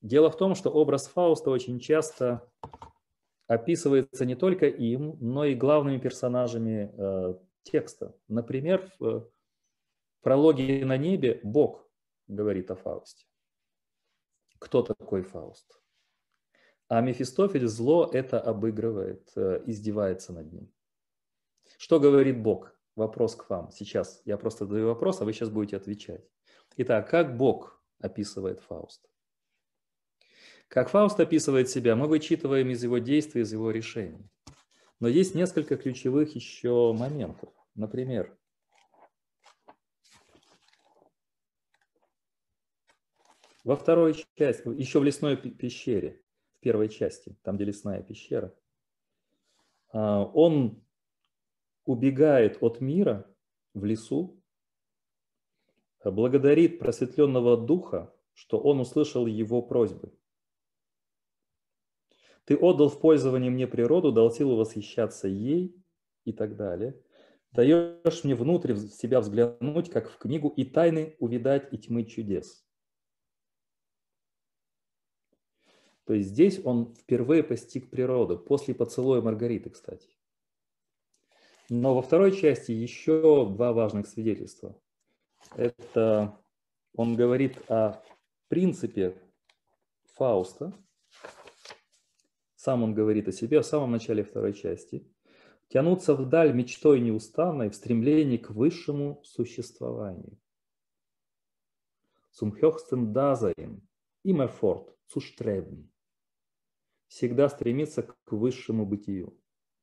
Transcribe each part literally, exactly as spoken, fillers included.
Дело в том, что образ Фауста очень часто описывается не только им, но и главными персонажами э, текста. Например, в прологе на небе Бог говорит о Фаусте. Кто такой Фауст? А Мефистофель зло это обыгрывает, э, издевается над ним. Что говорит Бог? Вопрос к вам. Сейчас я просто задаю вопрос, а вы сейчас будете отвечать. Итак, как Бог описывает Фауста? Как Фауст описывает себя, мы вычитываем из его действий, из его решений. Но есть несколько ключевых еще моментов. Например, во второй части, еще в лесной пещере, в первой части, там, где лесная пещера, он убегает от мира в лесу, благодарит просветленного духа, что он услышал его просьбы. Ты отдал в пользование мне природу, дал силу восхищаться ей и так далее. Даешь мне внутрь себя взглянуть, как в книгу, и тайны увидать, и тьмы чудес. То есть здесь он впервые постиг природу, после поцелуя Маргариты, кстати. Но во второй части еще два важных свидетельства. Это он говорит о принципе Фауста. Сам он говорит о себе в самом начале второй части. Тянуться вдаль мечтой неустанной в стремлении к высшему существованию. Zum höchsten Dasein, immer fort zu streben. Всегда стремиться к высшему бытию.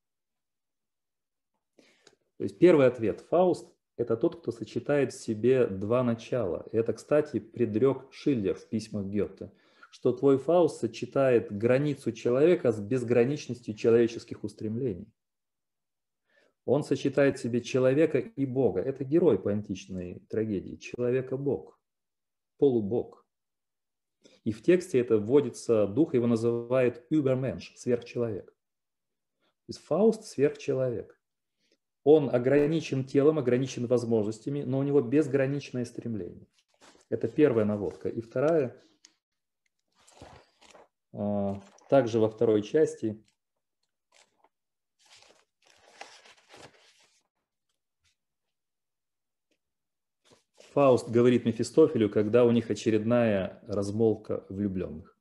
То есть первый ответ. Фауст – это тот, кто сочетает в себе два начала. И это, кстати, предрек Шиллер в письмах Гёте, что твой Фауст сочетает границу человека с безграничностью человеческих устремлений. Он сочетает в себе человека и Бога. Это герой по античной трагедии. Человека-бог. Полубог. И в тексте это вводится дух, его называют Übermensch, сверхчеловек. То есть Фауст – сверхчеловек. Он ограничен телом, ограничен возможностями, но у него безграничное стремление. Это первая наводка. И вторая, также во второй части, Фауст говорит Мефистофелю, когда у них очередная размолвка влюбленных.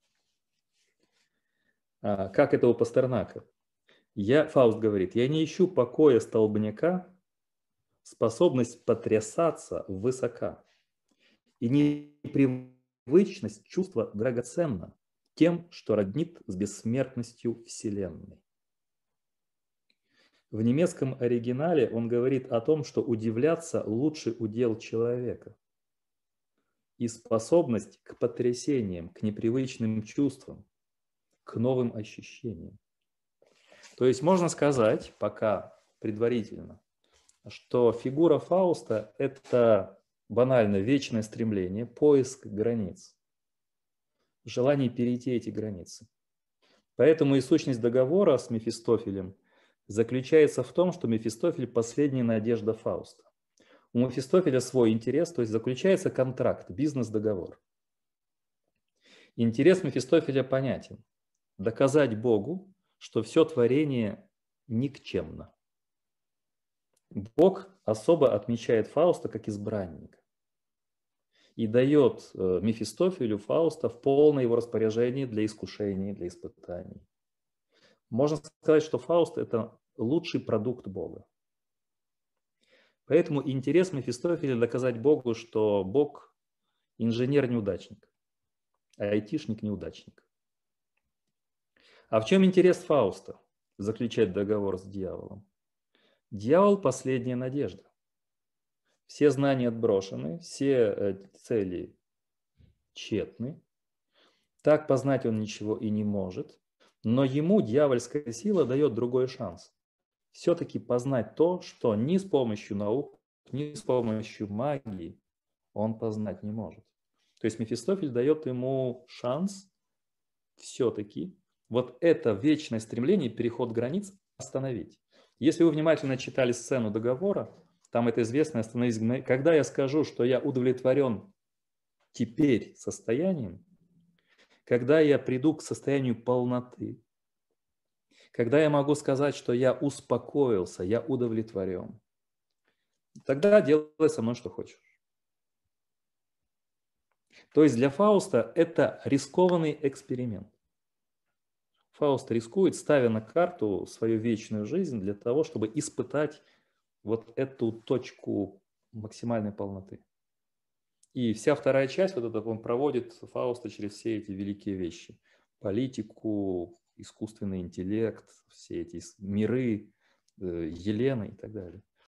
Как это у Пастернака? Я, Фауст говорит, я не ищу покоя столбняка, способность потрясаться высока. И непривычность чувства драгоценна тем, что роднит с бессмертностью Вселенной. В немецком оригинале он говорит о том, что удивляться лучший удел человека. И способность к потрясениям, к непривычным чувствам, к новым ощущениям. То есть можно сказать, пока предварительно, что фигура Фауста – это банально вечное стремление, поиск границ, желание перейти эти границы. Поэтому и сущность договора с Мефистофелем заключается в том, что Мефистофель – последняя надежда Фауста. У Мефистофеля свой интерес, то есть заключается контракт, бизнес-договор. Интерес Мефистофеля понятен – доказать Богу, что все творение никчемно. Бог особо отмечает Фауста как избранника и дает Мефистофелю Фауста в полное его распоряжение для искушений, для испытаний. Можно сказать, что Фауст – это лучший продукт Бога. Поэтому интерес Мефистофеля доказать Богу, что Бог – инженер-неудачник, а айтишник-неудачник. А в чем интерес Фауста заключать договор с дьяволом? Дьявол – последняя надежда. Все знания отброшены, все цели тщетны. Так познать он ничего и не может. Но ему дьявольская сила дает другой шанс. Все-таки познать то, что ни с помощью наук, ни с помощью магии он познать не может. То есть Мефистофель дает ему шанс все-таки вот это вечное стремление, переход границ остановить. Если вы внимательно читали сцену договора, там это известно, остановись, когда я скажу, что я удовлетворен теперь состоянием, когда я приду к состоянию полноты, когда я могу сказать, что я успокоился, я удовлетворен, тогда делай со мной что хочешь. То есть для Фауста это рискованный эксперимент. Фауст рискует, ставя на карту свою вечную жизнь для того, чтобы испытать вот эту точку максимальной полноты. И вся вторая часть, вот это он проводит Фауста через все эти великие вещи. Политику, искусственный интеллект, все эти миры, Елены и так далее.